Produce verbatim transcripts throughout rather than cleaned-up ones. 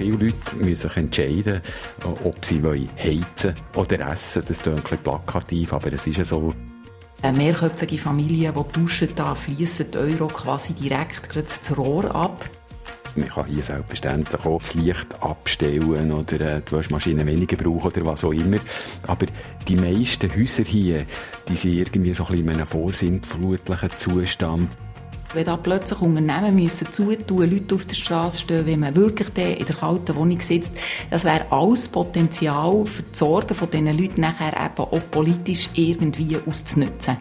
Viele Leute müssen sich entscheiden, ob sie heizen oder essen. Das klingt ein bisschen plakativ, aber es ist ja so. Eine mehrköpfige Familie, die duschen, da fliessen die Euro quasi direkt gerade das Rohr ab. Man kann hier selbstverständlich auch das Licht abstellen oder äh, die Waschmaschine weniger brauchen oder was auch immer. Aber die meisten Häuser hier, die sind irgendwie so ein bisschen in einem vorsintflutlichen Zustand. Wenn da plötzlich Unternehmen müssen zutun, Leute auf der Straße stehen, wenn man wirklich in der kalten Wohnung sitzt, das wäre alles Potenzial für die Sorgen von diesen Leuten nachher eben auch politisch irgendwie auszunutzen.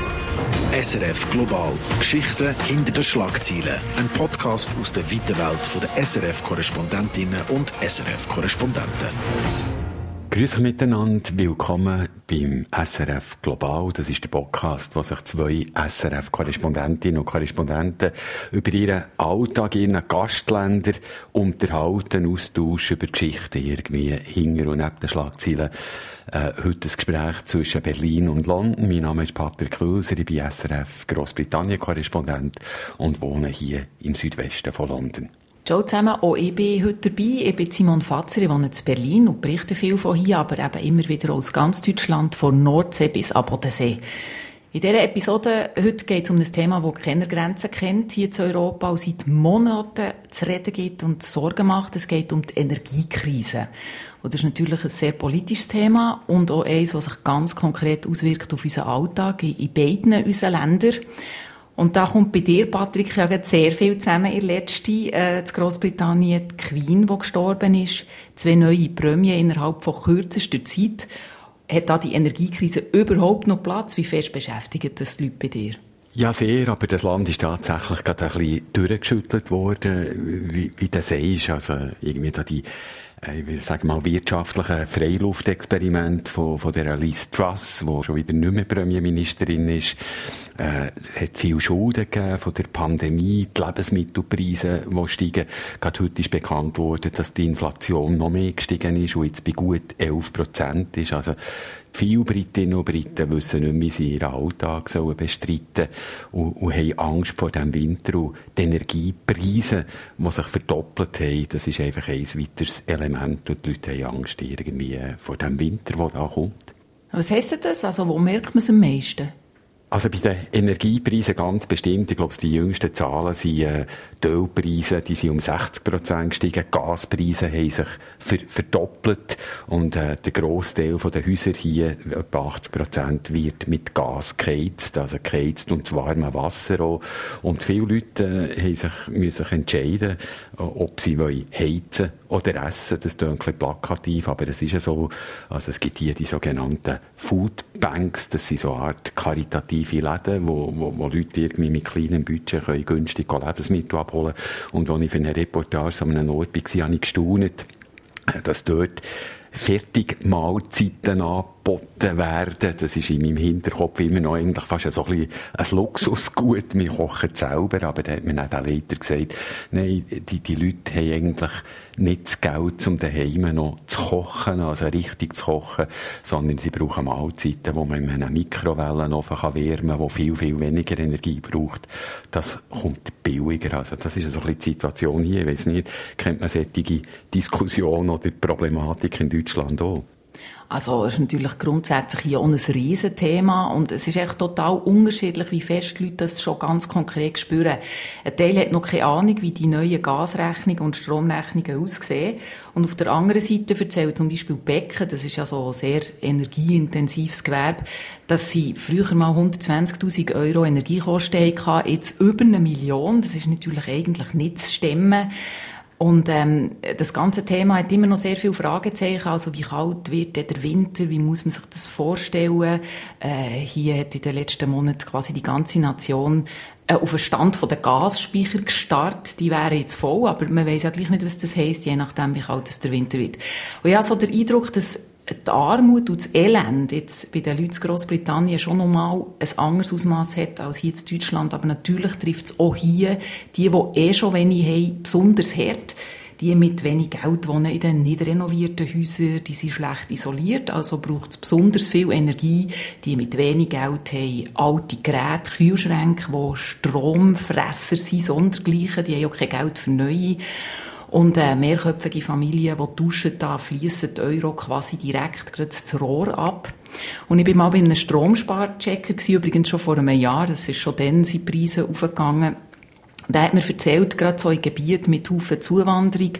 S R F Global. Geschichten hinter den Schlagzeilen. Ein Podcast aus der weiten Welt der S R F-Korrespondentinnen und S R F-Korrespondenten. Grüß euch miteinander, willkommen beim S R F Global. Das ist der Podcast, wo sich zwei S R F-Korrespondentinnen und Korrespondenten über ihren Alltag, ihren Gastländer unterhalten, austauschen über Geschichten irgendwie hinter und neben den Schlagzeilen. Äh, heute ein Gespräch zwischen Berlin und London. Mein Name ist Patrick Wülser, ich bin S R F Grossbritannien-Korrespondent und wohne hier im Südwesten von London. Ciao zusammen, auch ich bin heute dabei. Ich bin Simon Fatzer, ich wohne in Berlin und berichte viel von hier, aber eben immer wieder aus ganz Deutschland, von Nordsee bis am Bodensee. In dieser Episode heute geht es um ein Thema, das keine Grenzen kennt, hier in Europa und seit Monaten zu reden gibt und Sorgen macht. Es geht um die Energiekrise. Und das ist natürlich ein sehr politisches Thema und auch eines, das sich ganz konkret auswirkt auf unseren Alltag in, in beiden unseren Ländern. Und da kommt bei dir, Patrick, ja sehr viel zusammen in letzter äh, in Grossbritannien die Queen, die gestorben ist, zwei neue Prämien innerhalb von kürzester Zeit. Hat da die Energiekrise überhaupt noch Platz? Wie fest beschäftigt das die Leute bei dir? Ja, sehr, aber das Land ist tatsächlich gerade ein bisschen durchgeschüttelt worden, wie, wie du sagst. Also irgendwie da die, ich will sagen mal, wirtschaftliche Freiluftexperiment von, von der Liz Truss, die schon wieder nicht mehr Premierministerin ist. Äh, es hat viel Schulden gegeben von der Pandemie, die Lebensmittelpreise, die steigen. Gerade heute ist bekannt worden, dass die Inflation noch mehr gestiegen ist und jetzt bei gut elf Prozent ist. Also viele Britinnen und Briten wissen nicht mehr, wie sie ihren Alltag sollen bestreiten und, und haben Angst vor dem Winter. Und die Energiepreise, die sich verdoppelt haben, das ist einfach ein weiteres Element. Und die Leute haben Angst irgendwie vor dem Winter, der da kommt. Was heisst das? Also, wo merkt man es am meisten? Also bei den Energiepreisen ganz bestimmt. Ich glaube, die jüngsten Zahlen sind äh, die Ölpreise, die sind um sechzig Prozent gestiegen. Die Gaspreise haben sich ver- verdoppelt. Und äh, der Grossteil der Häuser hier, etwa achtzig Prozent, wird mit Gas geheizt. Also geheizt und warmes Wasser auch. Und viele Leute äh, haben sich, müssen sich entscheiden, ob sie heizen oder essen. Das klingt ein bisschen plakativ, aber es ist ja so. Also es gibt hier die sogenannten Foodbanks. Das sind so eine Art karitative Läden, wo, wo, wo Leute irgendwie mit kleinem Budget können günstig Lebensmittel abholen können. Und als ich für eine Reportage an einem Ort war, habe ich gestaunt, dass dort Fertigmahlzeiten angeboten werden. Das ist in meinem Hinterkopf immer noch eigentlich fast so ein, bisschen ein Luxusgut. Wir kochen selber, aber da hat mir dann der Leiter gesagt, nein, die, die Leute haben eigentlich nicht das Geld, um daheim noch zu kochen, also richtig zu kochen, sondern sie brauchen Mahlzeiten, die man in einem Mikrowellenofen wärmen kann, die viel, viel weniger Energie braucht. Das kommt billiger. Also das ist so ein bisschen die Situation hier. Ich weiss nicht, kennt man solche Diskussionen oder Problematik in Deutschland auch? Also, es ist natürlich grundsätzlich hier auch ein Riesenthema und es ist echt total unterschiedlich, wie fest die Leute das schon ganz konkret spüren. Ein Teil hat noch keine Ahnung, wie die neuen Gasrechnungen und Stromrechnungen aussehen. Und auf der anderen Seite erzählt zum Beispiel Becken, das ist ja so ein sehr energieintensives Gewerbe, dass sie früher mal hundertzwanzigtausend Euro Energiekosten hatten, jetzt über eine Million. Das ist natürlich eigentlich nicht zu stemmen. Und ähm, das ganze Thema hat immer noch sehr viele Fragezeichen. Also wie kalt wird der Winter? Wie muss man sich das vorstellen? Äh, hier hat in den letzten Monaten quasi die ganze Nation äh, auf den Stand von der Gasspeicher gestartet. Die wären jetzt voll, aber man weiss ja gleich nicht, was das heisst, je nachdem, wie kalt es der Winter wird. Und ich habe so den Eindruck, dass die Armut und das Elend jetzt bei den Leuten in Grossbritannien schon nochmal ein anderes Ausmaß hat als hier in Deutschland. Aber natürlich trifft es auch hier die, die eh schon wenig haben, besonders hart. Die mit wenig Geld wohnen in den nicht renovierten Häusern, die sind schlecht isoliert, also braucht es besonders viel Energie. Die mit wenig Geld haben alte Geräte, Kühlschränke, die Stromfresser sind, sondergleichen, die haben auch kein Geld für neue. Und eine mehrköpfige Familie, die duschen, da fliessen die Euro quasi direkt gerade das Rohr ab. Und ich war mal bei einem Stromsparchecker, übrigens schon vor einem Jahr, das ist schon dann, sind die Preise aufgegangen. Der hat mir erzählt, gerade so in Gebieten mit Haufen Zuwanderung,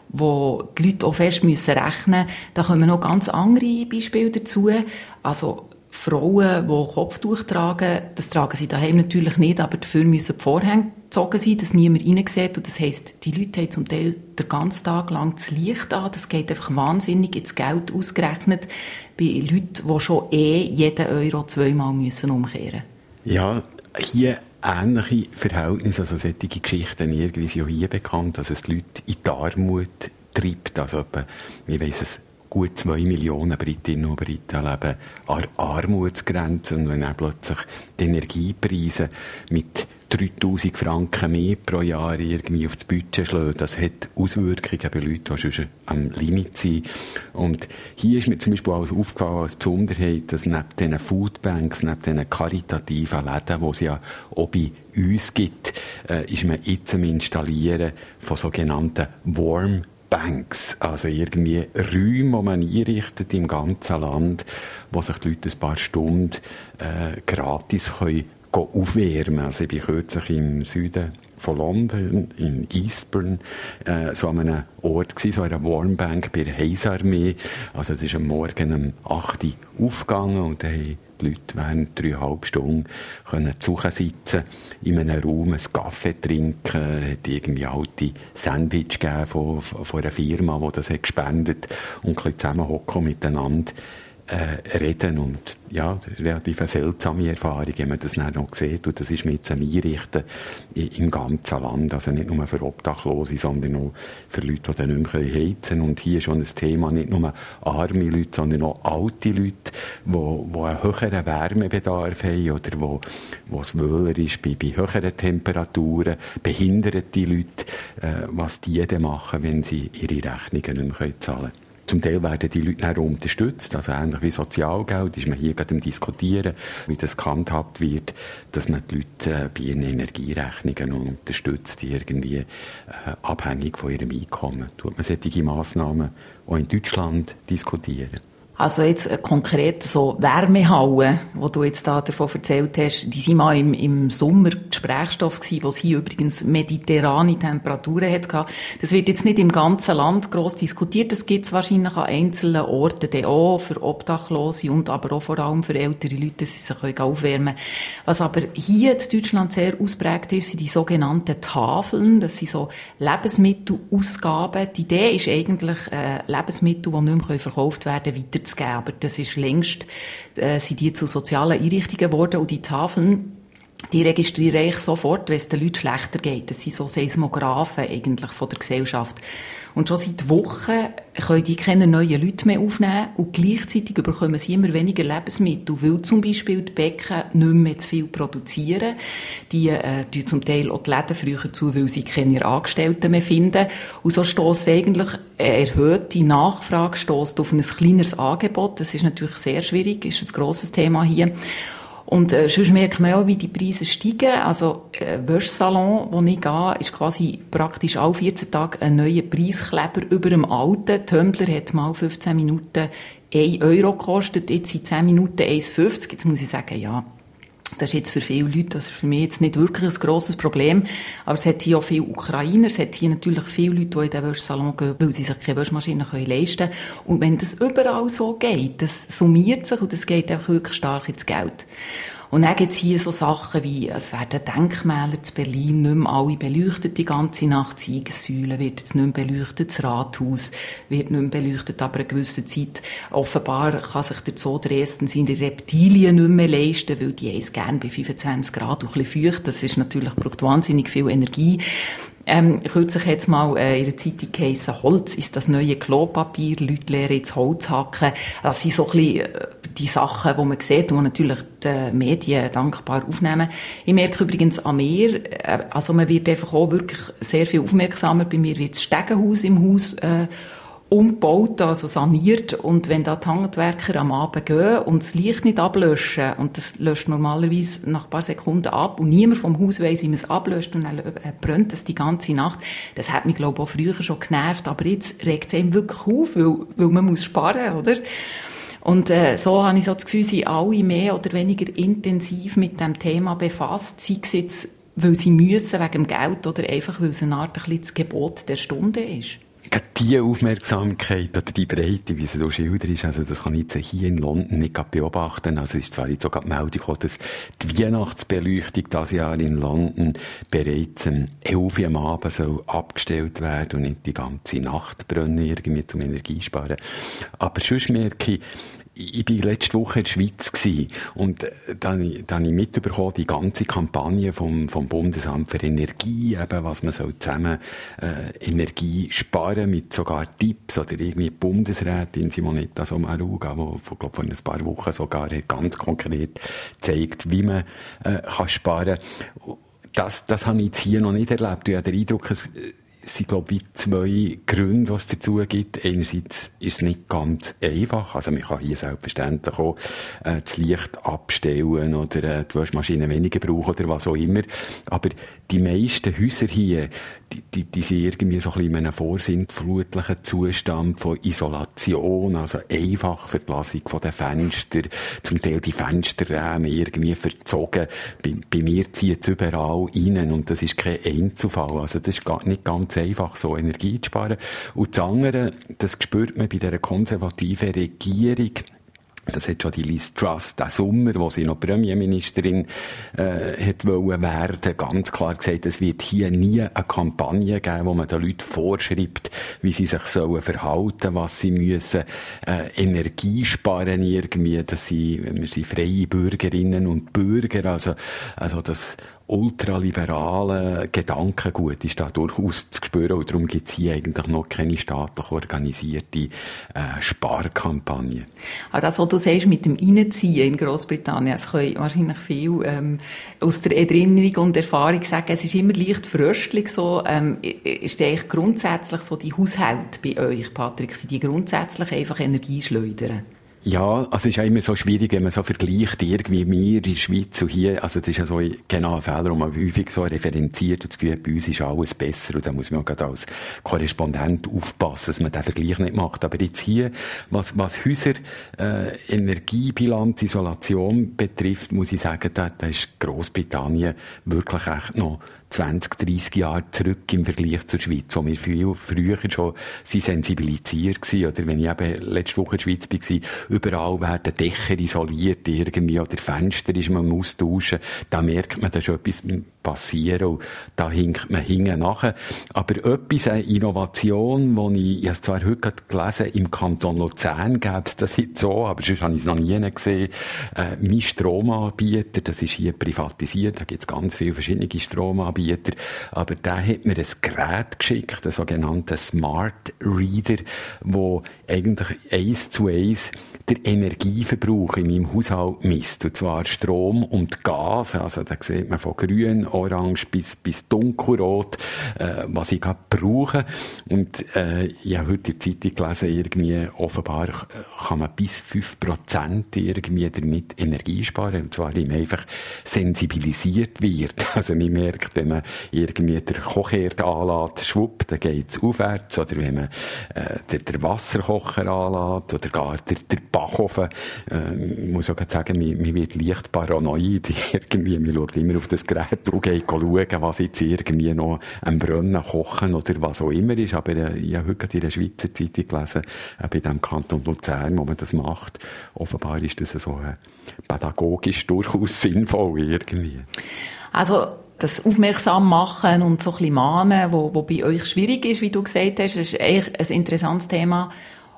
wo die Leute auch fest müssen rechnen müssen, da kommen noch ganz andere Beispiele dazu. Also Frauen, die Kopftuch tragen, das tragen sie daheim natürlich nicht, aber dafür müssen die Vorhänge gezogen sein, dass niemand reinsieht. Und das heisst, die Leute haben zum Teil den ganzen Tag lang das Licht an. Das geht einfach wahnsinnig ins Geld ausgerechnet bei Leuten, die schon eh jeden Euro zweimal müssen umkehren müssen. Ja, hier ähnliche Verhältnisse, also solche Geschichten irgendwie sind auch hier bekannt, dass es die Leute in die Armut treibt. Also etwa, ich weiss es, gut zwei Millionen Britinnen und Briten leben an Armutsgrenze. Und wenn dann plötzlich die Energiepreise mit dreitausend Franken mehr pro Jahr irgendwie auf das Budget schlagen, das hat Auswirkungen bei Leuten, die schon am Limit sind. Und hier ist mir zum Beispiel auch aufgefallen als Besonderheit, dass neben diesen Foodbanks, neben diesen karitativen Läden, die es ja auch bei uns gibt, äh, ist man jetzt am Installieren von sogenannten Warm Banks, also irgendwie Räume, die man einrichtet im ganzen Land, wo sich die Leute ein paar Stunden äh, gratis können aufwärmen. Also ich war kürzlich im Süden von London, in Eastbourne, äh, so an einem Ort gewesen, so einer Warmbank bei der Heilsarmee. Also es ist am Morgen um acht Uhr aufgegangen und dann haben die Leute während dreieinhalb Stunden können sitzen in einem Raum, einen Kaffee trinken, hat irgendwie alte Sandwich gegeben von, von einer Firma, die das hat gespendet und ein bisschen zusammenhocken miteinander Äh, reden. Und ja, das ist eine relativ eine seltsame Erfahrung, wenn man das dann noch sieht. Und das ist mit dem Einrichten im ganzen Land. Also nicht nur für Obdachlose, sondern auch für Leute, die dann nicht mehr heizen können. Und hier ist schon ein Thema, nicht nur arme Leute, sondern auch alte Leute, die, die einen höheren Wärmebedarf haben oder wo, wo es wöhler ist bei, bei höheren Temperaturen, behinderte Leute, äh, was die dann machen, wenn sie ihre Rechnungen nicht mehr zahlen können. Zum Teil werden die Leute dann unterstützt, also ähnlich wie Sozialgeld, ist man hier gerade am Diskutieren, wie das gehandhabt wird, dass man die Leute äh, bei ihren Energierechnungen unterstützt, die irgendwie äh, abhängig von ihrem Einkommen. Tut man solche Massnahmen auch in Deutschland diskutieren? Also jetzt äh, konkret so Wärmehallen, wo du jetzt da davon erzählt hast, die sind mal im, im Sommer Gesprächsstoff gewesen, wo es hier übrigens mediterrane Temperaturen hatte. Das wird jetzt nicht im ganzen Land gross diskutiert, das gibt es wahrscheinlich an einzelnen Orten dann auch für Obdachlose und aber auch vor allem für ältere Leute, dass sie sich aufwärmen können. Was aber hier in Deutschland sehr ausprägt ist, sind die sogenannten Tafeln, das sind so Lebensmittelausgaben. Die Idee ist eigentlich, äh, Lebensmittel, die nicht mehr verkauft werden können, weiter zu geben. Aber das ist längst, äh, sind die zu sozialen Einrichtungen geworden und die Tafeln, die registriere ich sofort, wenn es den Leuten schlechter geht. Das sind so Seismographen eigentlich von der Gesellschaft. Und schon seit Wochen können die keine neuen Leute mehr aufnehmen und gleichzeitig bekommen sie immer weniger Lebensmittel, weil zum Beispiel die Bäcker nicht mehr zu viel produzieren. Die äh, tun zum Teil auch die Läden früher zu, weil sie keine Angestellten mehr finden. Und so stösst eigentlich eine erhöhte Nachfrage stösst auf ein kleineres Angebot. Das ist natürlich sehr schwierig, ist ein grosses Thema hier. Und äh, sonst merkt man auch, wie die Preise steigen. Also äh, Wäschsalon, wo ich gehe, ist quasi praktisch alle vierzehn Tage ein neuer Preiskleber über dem alten. Tumbler hat mal fünfzehn Minuten ein Euro gekostet, jetzt sind zehn Minuten eins fünfzig. Jetzt muss ich sagen, ja, das ist jetzt für viele Leute, das ist für mich jetzt nicht wirklich ein grosses Problem. Aber es hat hier auch viele Ukrainer, es hat hier natürlich viele Leute, die in den Wäschsalon gehen, weil sie sich keine Wäschmaschine leisten können. Und wenn das überall so geht, das summiert sich und das geht einfach wirklich stark ins Geld. Und dann gibt es hier so Sachen wie, es werden Denkmäler zu Berlin nicht mehr alle beleuchtet die ganze Nacht. Die Siegessäule wird jetzt nicht mehr beleuchtet, das Rathaus wird nicht mehr beleuchtet, aber eine gewisse Zeit. Offenbar kann sich der Zoo Dresden seine Reptilien nicht mehr leisten, weil die essen gerne bei fünfundzwanzig Grad und ein bisschen feucht. Das ist natürlich, braucht wahnsinnig viel Energie. Ähm, kürzlich hat es mal äh, in der Zeitung geheissen, Holz ist das neue Klopapier, Leute lernen jetzt Holz hacken. Das sind so ein bisschen äh, die Sachen, die man sieht und die natürlich die Medien dankbar aufnehmen. Ich merke übrigens an mir, äh, also man wird einfach auch wirklich sehr viel aufmerksamer. Bei mir wird das Stegenhaus im Haus äh, umgebaut, also saniert. Und wenn da die Handwerker am Abend gehen und das Licht nicht ablöschen, und das löscht normalerweise nach ein paar Sekunden ab und niemand vom Haus weiss, wie man es ablöscht und dann brennt es die ganze Nacht, das hat mich, glaube ich, auch früher schon genervt. Aber jetzt regt es einem wirklich auf, weil, weil man muss sparen, oder? Und äh, so habe ich so das Gefühl, sind alle mehr oder weniger intensiv mit dem Thema befasst, sei es jetzt, weil sie müssen wegen dem Geld oder einfach, weil es eine Art ein bisschen das Gebot der Stunde ist. Die Aufmerksamkeit oder die Breite, wie sie so schilderst, also das kann ich jetzt hier in London nicht beobachten. Also es ist zwar jetzt sogar die Meldung gekommen, dass die Weihnachtsbeleuchtung dieses Jahr in London bereits um elf Uhr am Abend soll abgestellt werden und nicht die ganze Nacht brennen, irgendwie zum Energiesparen. Aber sonst merke ich, ich war letzte Woche in der Schweiz gewesen, und da habe ich, da habe ich mitbekommen, die ganze Kampagne vom, vom Bundesamt für Energie, eben, was man soll zusammen äh, Energie sparen, mit sogar Tipps, oder irgendwie die Bundesrätin Simonetta Sommaruga, die vor, glaub, vor ein paar Wochen sogar ganz konkret zeigt, wie man äh, kann sparen kann. Das, das habe ich jetzt hier noch nicht erlebt. Ich habe den Eindruck, es Es sind, glaube ich, zwei Gründe, was es dazu gibt. Einerseits ist es nicht ganz einfach. Also, man kann hier selbstverständlich auch äh, das Licht abstellen oder äh, die Waschmaschine weniger brauchen oder was auch immer. Aber die meisten Häuser hier, die, die, die sind irgendwie so ein bisschen in einem vorsintflutlichen Zustand von Isolation, also einfach Verblasung von den Fenstern, zum Teil die Fensterräume irgendwie verzogen. Bei, bei mir zieht es überall rein und das ist kein Einzelfall. Also, das ist gar nicht ganz einfach, so Energie zu sparen. Und das andere, das spürt man bei dieser konservativen Regierung. Das hat schon die Liz Truss, der Sommer, wo sie noch Premierministerin äh, hat wollen werden, ganz klar gesagt, es wird hier nie eine Kampagne geben, wo man den Leuten vorschreibt, wie sie sich sollen verhalten, was sie müssen, äh, Energie sparen irgendwie, dass sie, wir sind freie Bürgerinnen und Bürger, also, also das ultraliberale Gedankengut ist da durchaus zu spüren, und darum gibt es hier eigentlich noch keine staatlich organisierte äh, Sparkampagne. Aber das, was du sagst mit dem Reinziehen in Grossbritannien, es können wahrscheinlich viel ähm, aus der Erinnerung und Erfahrung sagen, es ist immer leicht fröstlich so. Ähm, ist eigentlich grundsätzlich so die Haushalte bei euch, Patrick, sind die grundsätzlich einfach Energie schleudern? Ja, also es ist ja immer so schwierig, wenn man so vergleicht, irgendwie wir in der Schweiz und hier, also das ist ja so genau ein Fehler, wo man häufig so referenziert und das Gefühl, bei uns ist alles besser, und da muss man auch gerade als Korrespondent aufpassen, dass man den Vergleich nicht macht. Aber jetzt hier, was, was Häuser, äh, Energiebilanz, Isolation betrifft, muss ich sagen, da, da ist Grossbritannien wirklich echt noch zwanzig, dreissig Jahre zurück im Vergleich zur Schweiz, wo wir viel früher schon sensibilisiert waren. Oder wenn ich eben letzte Woche in der Schweiz war, überall werden Dächer isoliert irgendwie, oder Fenster ist man austauschen. Da merkt man, da ist etwas passieren, und da hinkt man hinten nachher. Aber etwas, eine Innovation, die ich, ich habe es zwar heute gelesen, im Kanton Luzern gäbe es das jetzt so, aber sonst habe ich es noch nie gesehen. Äh, mein Stromanbieter, das ist hier privatisiert, da gibt es ganz viele verschiedene Stromanbieter, aber der hat mir ein Gerät geschickt, einen sogenannten Smart Reader, wo eigentlich eins zu eins der Energieverbrauch in meinem Haushalt misst. Und zwar Strom und Gas, also da sieht man von grün, orange bis, bis dunkelrot, äh, was ich gerade brauche. Und äh, ich habe heute in der Zeitung gelesen, irgendwie offenbar kann man bis fünf Prozent irgendwie damit Energie sparen. Und zwar, indem man einfach sensibilisiert wird. Also man merkt, wenn man irgendwie den Kochherd anlässt, schwupp, dann geht's aufwärts. Oder wenn man äh, den, den Wasserkocher anlässt oder gar der, der Backofen. Äh, ich muss auch sagen, mir, mir wird leicht paranoid irgendwie. Man schaut immer auf das Gerät und geht schauen, was jetzt irgendwie noch am Brennen, Kochen oder was auch immer ist. Aber äh, ich habe heute in der Schweizer Zeitung gelesen, äh, bei dem Kanton Luzern, wo man das macht. Offenbar ist das so äh, pädagogisch durchaus sinnvoll irgendwie. Also das Aufmerksam machen und so ein bisschen mahnen, wo, wo bei euch schwierig ist, wie du gesagt hast, ist eigentlich ein interessantes Thema.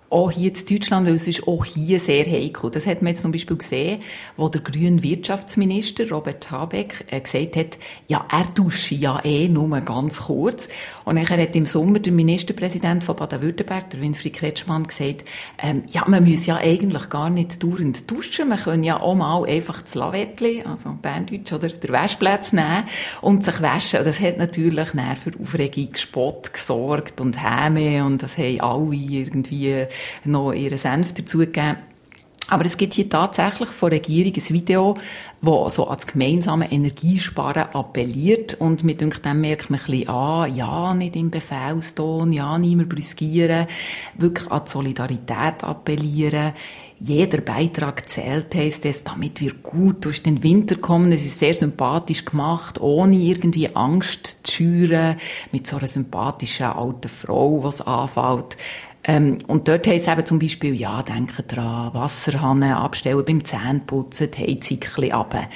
auch hier in Deutschland, weil es ist auch hier sehr heikel. Das hat man jetzt zum Beispiel gesehen, wo der grüne Wirtschaftsminister Robert Habeck äh, gesagt hat, ja, er dusche ja eh nur ganz kurz. Und dann hat im Sommer der Ministerpräsident von Baden-Württemberg, der Winfried Kretschmann, gesagt, ähm, ja, man muss ja eigentlich gar nicht dauernd duschen. Man kann ja auch mal einfach das Lavettli, also Berndeutsch, oder der Waschplatz nehmen und sich waschen. Und das hat natürlich für Aufregung, Spott gesorgt und Häme, und das haben alle irgendwie noch ihren Senf dazugegeben. Aber es gibt hier tatsächlich von der Regierung ein Video, das so ans gemeinsame Energiesparen appelliert. Und mit dem merkt man ein bisschen an, ja, nicht im Befehlston, ja, niemand brüskieren, wirklich an die Solidarität appellieren. Jeder Beitrag zählt, heisst es, damit wir gut durch den Winter kommen. Es ist sehr sympathisch gemacht, ohne irgendwie Angst zu schüren, mit so einer sympathischen alten Frau, die es anfällt. Ähm, und dort heisst es eben zum Beispiel, ja, denken dran, Wasserhahn abstellen beim Zähneputzen, die Heizung ein bisschen runter.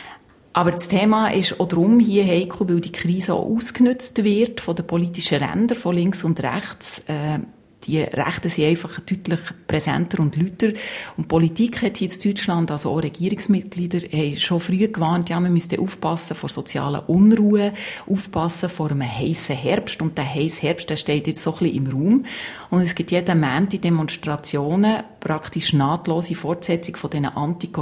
Aber das Thema ist auch darum hier heikel, weil die Krise auch ausgenutzt wird von den politischen Rändern, von links und rechts. Äh, Die Rechten sind einfach deutlich präsenter und lauter. Und die Politik hat hier in Deutschland, also auch Regierungsmitglieder, haben schon früh gewarnt, ja, man müsste aufpassen vor sozialen Unruhe, aufpassen vor einem heissen Herbst. Und der heisse Herbst, der steht jetzt so ein bisschen im Raum. Und es gibt jeden Montag Demonstrationen, praktisch nahtlose Fortsetzung von diesen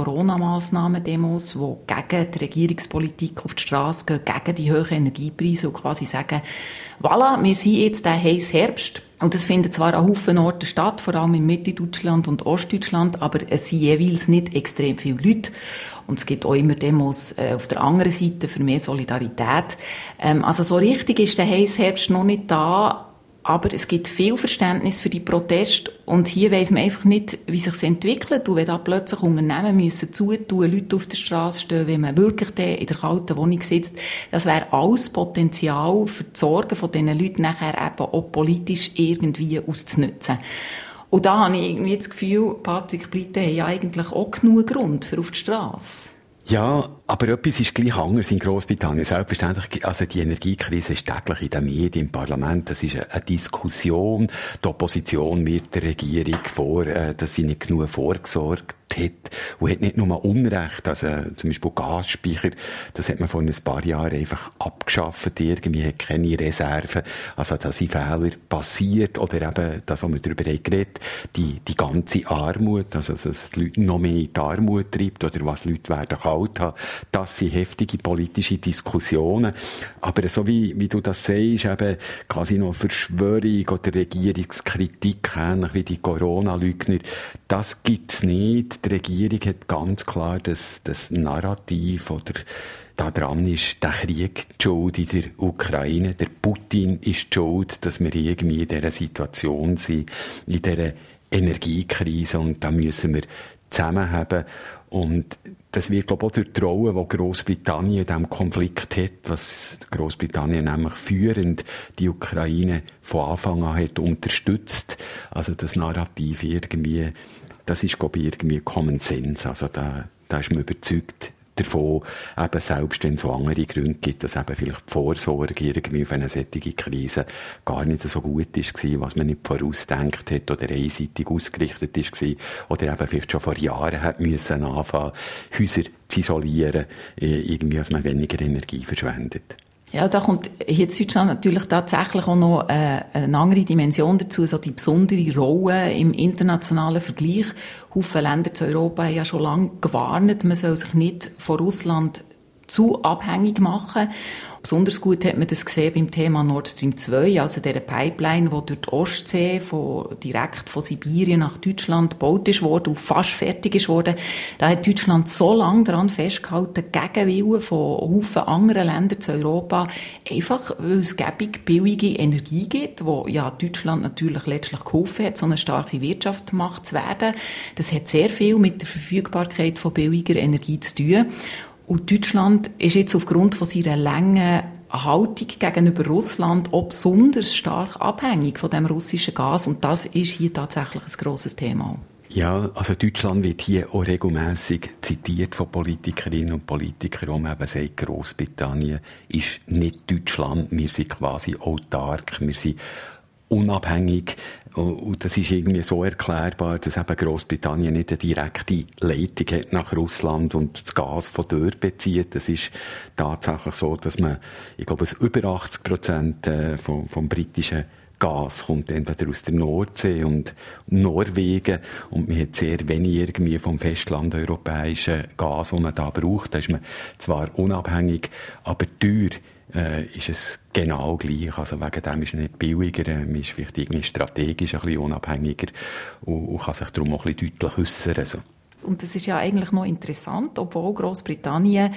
Anti-Corona-Massnahmen-Demos, die gegen die Regierungspolitik auf die Straße gehen, gegen die hohen Energiepreise und quasi sagen, voilà, wir sind jetzt der heisse Herbst. Und das findet zwar an Haufen Orten statt, vor allem in Mitteldeutschland und Ostdeutschland, aber es sind jeweils nicht extrem viele Leute. Und es gibt auch immer Demos äh, auf der anderen Seite für mehr Solidarität. Ähm, also so richtig ist der heisse Herbst noch nicht da, aber es gibt viel Verständnis für die Proteste. Und hier weiss man einfach nicht, wie sich es entwickelt. Und wenn da plötzlich Unternehmen müssen zutun, Leute auf der Straße stehen, wenn man wirklich in der kalten Wohnung sitzt, das wäre alles Potenzial für die Sorgen von diesen Leuten nachher eben auch politisch irgendwie auszunutzen. Und da habe ich irgendwie das Gefühl, Patrick Britte hat ja eigentlich auch genug Grund für auf die Straße. Ja, aber etwas ist gleich anders in Grossbritannien. Selbstverständlich, also die Energiekrise ist täglich in den Medien, im Parlament. Das ist eine Diskussion. Die Opposition wird der Regierung vor, dass sie nicht genug vorgesorgt hat. Und hat nicht nur Unrecht. Also, zum Beispiel Gasspeicher, das hat man vor ein paar Jahren einfach abgeschafft. Irgendwie hat keine Reserven. Also, da sind Fehler passiert. Oder eben, das, was wir darüber geredet, die, die ganze Armut. Also, dass es die Leute noch mehr in die Armut treibt. Oder was Leute werden kalt haben. Das sind heftige politische Diskussionen. Aber so wie, wie du das sagst, eben quasi noch Verschwörung oder Regierungskritik, ähnlich wie die Corona-Leugner, das gibt's nicht. Die Regierung hat ganz klar das, das Narrativ oder da dran ist der Krieg die Schuld in der Ukraine. Der Putin ist die Schuld, dass wir irgendwie in dieser Situation sind, in dieser Energiekrise, und da müssen wir zusammenhaben. Und das wird, glaube ich, auch durch die Rolle, die Grossbritannien in diesem Konflikt hat, was Grossbritannien nämlich führend die Ukraine von Anfang an hat unterstützt. Also das Narrativ irgendwie, das ist, glaube ich, irgendwie Common Sense. Also da, da ist man überzeugt davon, eben selbst wenn es so andere Gründe gibt, dass eben vielleicht die Vorsorge irgendwie auf eine solche Krise gar nicht so gut war, was man nicht vorausdenkt hat oder einseitig ausgerichtet war, oder eben vielleicht schon vor Jahren hat müssen anfangen, Häuser zu isolieren, irgendwie, dass man weniger Energie verschwendet. Ja, da kommt hier in Deutschland natürlich tatsächlich auch noch äh, eine andere Dimension dazu, so die besondere Rolle im internationalen Vergleich. Haufen Länder zu Europa haben ja schon lange gewarnt, man soll sich nicht von Russland zu abhängig machen. Besonders gut hat man das gesehen beim Thema Nord Stream zwei, also dieser Pipeline, die durch die Ostsee von, direkt von Sibirien nach Deutschland gebaut ist worden und fast fertig ist worden. Da hat Deutschland so lange daran festgehalten, gegen Willen von Haufen anderen Ländern zu Europa, einfach weil es gäbig billige Energie gibt, wo ja Deutschland natürlich letztlich geholfen hat, so eine starke Wirtschaftsmacht zu werden. Das hat sehr viel mit der Verfügbarkeit von billiger Energie zu tun. Und Deutschland ist jetzt aufgrund von seiner langen Haltung gegenüber Russland auch besonders stark abhängig von dem russischen Gas. Und das ist hier tatsächlich ein grosses Thema. Ja, also Deutschland wird hier auch regelmässig zitiert von Politikerinnen und Politikern, wo man eben sagt, Grossbritannien ist nicht Deutschland, wir sind quasi autark, wir sind unabhängig. Und das ist irgendwie so erklärbar, dass eben Grossbritannien nicht eine direkte Leitung hat nach Russland und das Gas von dort bezieht. Das ist tatsächlich so, dass man, ich glaube, über achtzig Prozent vom, vom britischen Gas kommt entweder aus der Nordsee und Norwegen und man hat sehr wenig irgendwie vom festlandeuropäischen Gas, das man da braucht. Da ist man zwar unabhängig, aber teuer äh, ist es genau gleich. Also wegen dem ist es nicht billiger, man ist vielleicht irgendwie strategisch ein bisschen unabhängiger und, und kann sich darum auch ein bisschen deutlich äußern. Also. Und das ist ja eigentlich noch interessant, obwohl Grossbritannien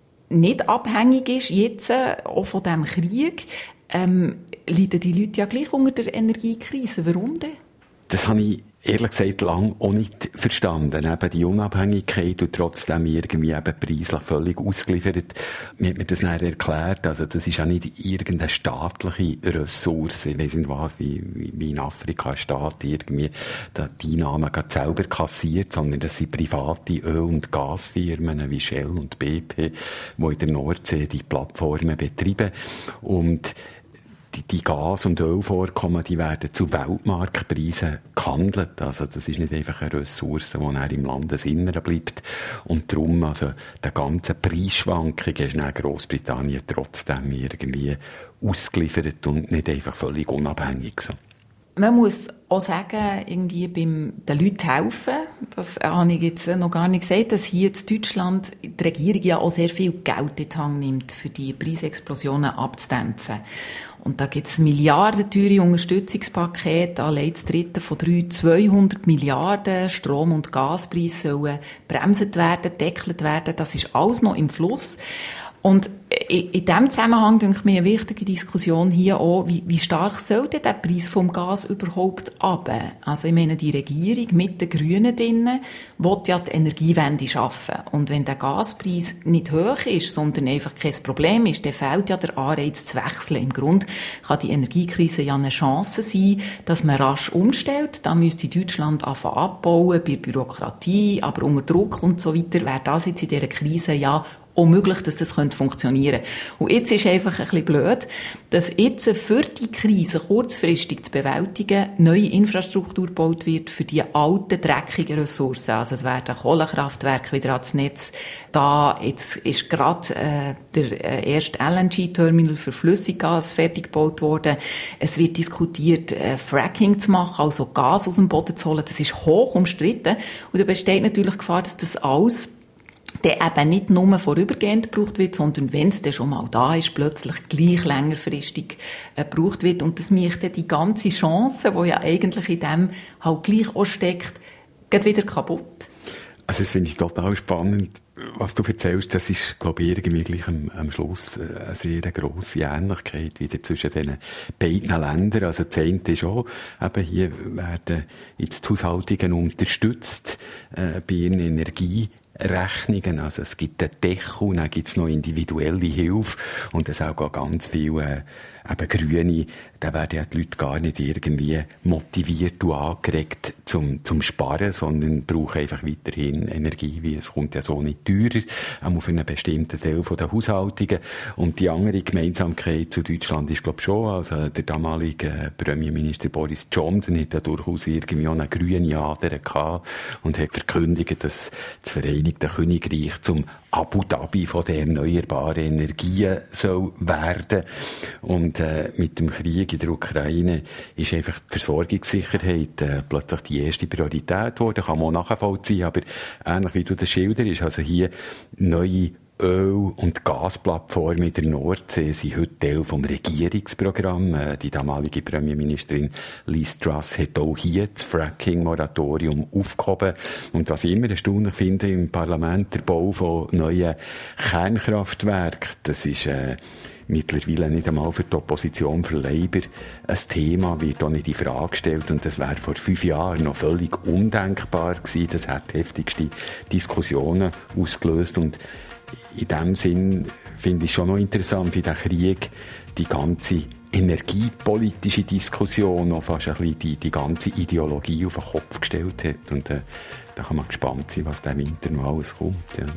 nicht abhängig ist, jetzt auch von diesem Krieg, ähm, leiden die Leute ja gleich unter der Energiekrise. Warum denn? Das habe ich ehrlich gesagt lange auch nicht verstanden. Eben die Unabhängigkeit und trotzdem irgendwie eben preislich völlig ausgeliefert. Mir hat mir das nachher erklärt. Also das ist ja nicht irgendeine staatliche Ressource. Ich weiss nicht was, wie, wie in Afrika ein Staat irgendwie die Einnahmen selber kassiert, sondern das sind private Öl- und Gasfirmen wie Shell und B P, die in der Nordsee die Plattformen betreiben. Und Die, die Gas- und Ölvorkommen, die werden zu Weltmarktpreisen gehandelt. Also, das ist nicht einfach eine Ressource, die dann im Landesinneren bleibt. Und darum, also, der ganzen Preisschwankung ist dann Grossbritannien trotzdem irgendwie ausgeliefert und nicht einfach völlig unabhängig. So. Man muss auch sagen, irgendwie beim den Leuten helfen. Das habe ich jetzt noch gar nicht gesagt, dass hier in Deutschland die Regierung ja auch sehr viel Geld in die Hand nimmt, für die Preisexplosionen abzudämpfen. Und da gibt es milliardenteure Unterstützungspakete, allein das dritte von drei, zweihundert Milliarden. Strom- und Gaspreise sollen bremset werden, deckelt werden. Das ist alles noch im Fluss. Und in diesem Zusammenhang denke ich mir eine wichtige Diskussion hier auch, wie, wie stark soll denn der Preis vom Gas überhaupt runter? Also ich meine, die Regierung mit den Grünen drinnen will ja die Energiewende schaffen. Und wenn der Gaspreis nicht hoch ist, sondern einfach kein Problem ist, dann fehlt ja der Anreiz zu wechseln. Im Grunde kann die Energiekrise ja eine Chance sein, dass man rasch umstellt. Da müsste Deutschland anfangen abbauen, bei Bürokratie, aber unter Druck und so weiter, wäre das jetzt in dieser Krise ja unmöglich, dass das funktionieren könnte. Und jetzt ist einfach ein bisschen blöd, dass jetzt für die Krise kurzfristig zu bewältigen neue Infrastruktur gebaut wird für die alten, dreckigen Ressourcen. Also es werden Kohlekraftwerke wieder ans Netz. Da jetzt ist gerade äh, der äh, erste L N G-Terminal für Flüssiggas fertig gebaut worden. Es wird diskutiert, äh, Fracking zu machen, also Gas aus dem Boden zu holen. Das ist hoch umstritten. Und da besteht natürlich die Gefahr, dass das alles der eben nicht nur vorübergehend gebraucht wird, sondern wenn es dann schon mal da ist, plötzlich gleich längerfristig äh, gebraucht wird. Und das macht dann die ganze Chance, die ja eigentlich in dem halt gleich auch steckt, geht wieder kaputt. Also das finde ich total spannend, was du erzählst. Das ist, glaube ich, irgendwie gleich am, am Schluss eine sehr grosse Ähnlichkeit wieder zwischen diesen beiden Ländern. Also das eine ist auch, eben hier werden jetzt die Haushaltungen unterstützt äh, bei ihren Energie Rechnungen, also es gibt einen Deckel, dann gibt es noch individuelle Hilfe und es auch ganz viele äh, eben Grüne, da werden ja die Leute gar nicht irgendwie motiviert und angeregt zum, zum Sparen, sondern brauchen einfach weiterhin Energie, wie es kommt ja so nicht teurer, auch für einen bestimmten Teil der Haushaltungen. Und die andere Gemeinsamkeit zu Deutschland ist, glaube ich, schon, also der damalige Premierminister Boris Johnson hat ja durchaus irgendwie auch eine grüne Ader gehabt und hat verkündigt, dass das Vereinigte Königreich zum Abu Dhabi von der erneuerbaren Energien soll werden. Und äh, mit dem Krieg in der Ukraine ist einfach die Versorgungssicherheit äh, plötzlich die erste Priorität geworden. Kann man auch nachvollziehen, aber ähnlich wie du das schilderst, also hier neue Öl- und Gasplattformen in der Nordsee sind heute Teil vom Regierungsprogramm. Die damalige Premierministerin Liz Truss hat auch hier das Fracking-Moratorium aufgehoben. Und was ich immer erstaunlich finde im Parlament, der Bau von neuen Kernkraftwerken, das ist äh, mittlerweile nicht einmal für die Opposition, für Labour, ein Thema, wird auch nicht in Frage gestellt. Und das wäre vor fünf Jahren noch völlig undenkbar gewesen. Das hat heftigste Diskussionen ausgelöst. Und in dem Sinn finde ich schon noch interessant, wie der Krieg die ganze energiepolitische Diskussion, noch fast ein bisschen die, die ganze Ideologie auf den Kopf gestellt hat. Und äh, da kann man gespannt sein, was der Winter noch alles kommt. Ja.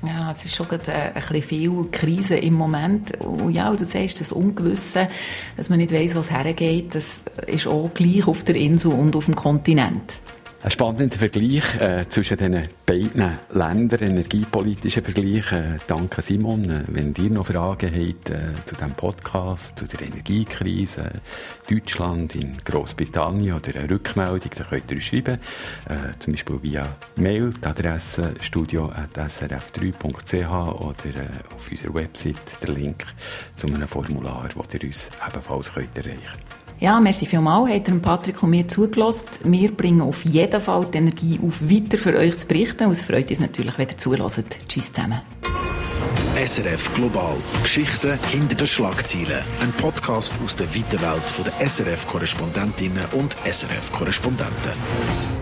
Ja, es ist schon gerade ein bisschen viel Krise im Moment. Und ja, du sagst, das Ungewisse, dass man nicht weiss, wo es hergeht, das ist auch gleich auf der Insel und auf dem Kontinent. Ein spannender Vergleich äh, zwischen den beiden Ländern, energiepolitischer Vergleich. Äh, danke Simon. Äh, wenn ihr noch Fragen habt äh, zu diesem Podcast, zu der Energiekrise, Deutschland, in Großbritannien oder eine Rückmeldung, dann könnt ihr uns schreiben. Äh, zum Beispiel via Mail, die Adresse studio at s r f drei punkt c h oder äh, auf unserer Website der Link zu einem Formular, das ihr uns ebenfalls könnt erreichen könnt. Ja, merci vielmals, habt ihr Patrick und mir zugelassen. Wir bringen auf jeden Fall die Energie auf, weiter für euch zu berichten. Und es freut uns natürlich, wenn ihr zuhört. Tschüss zusammen. S R F Global. Geschichten hinter den Schlagzeilen. Ein Podcast aus der weiten Welt der S R F-Korrespondentinnen und S R F-Korrespondenten.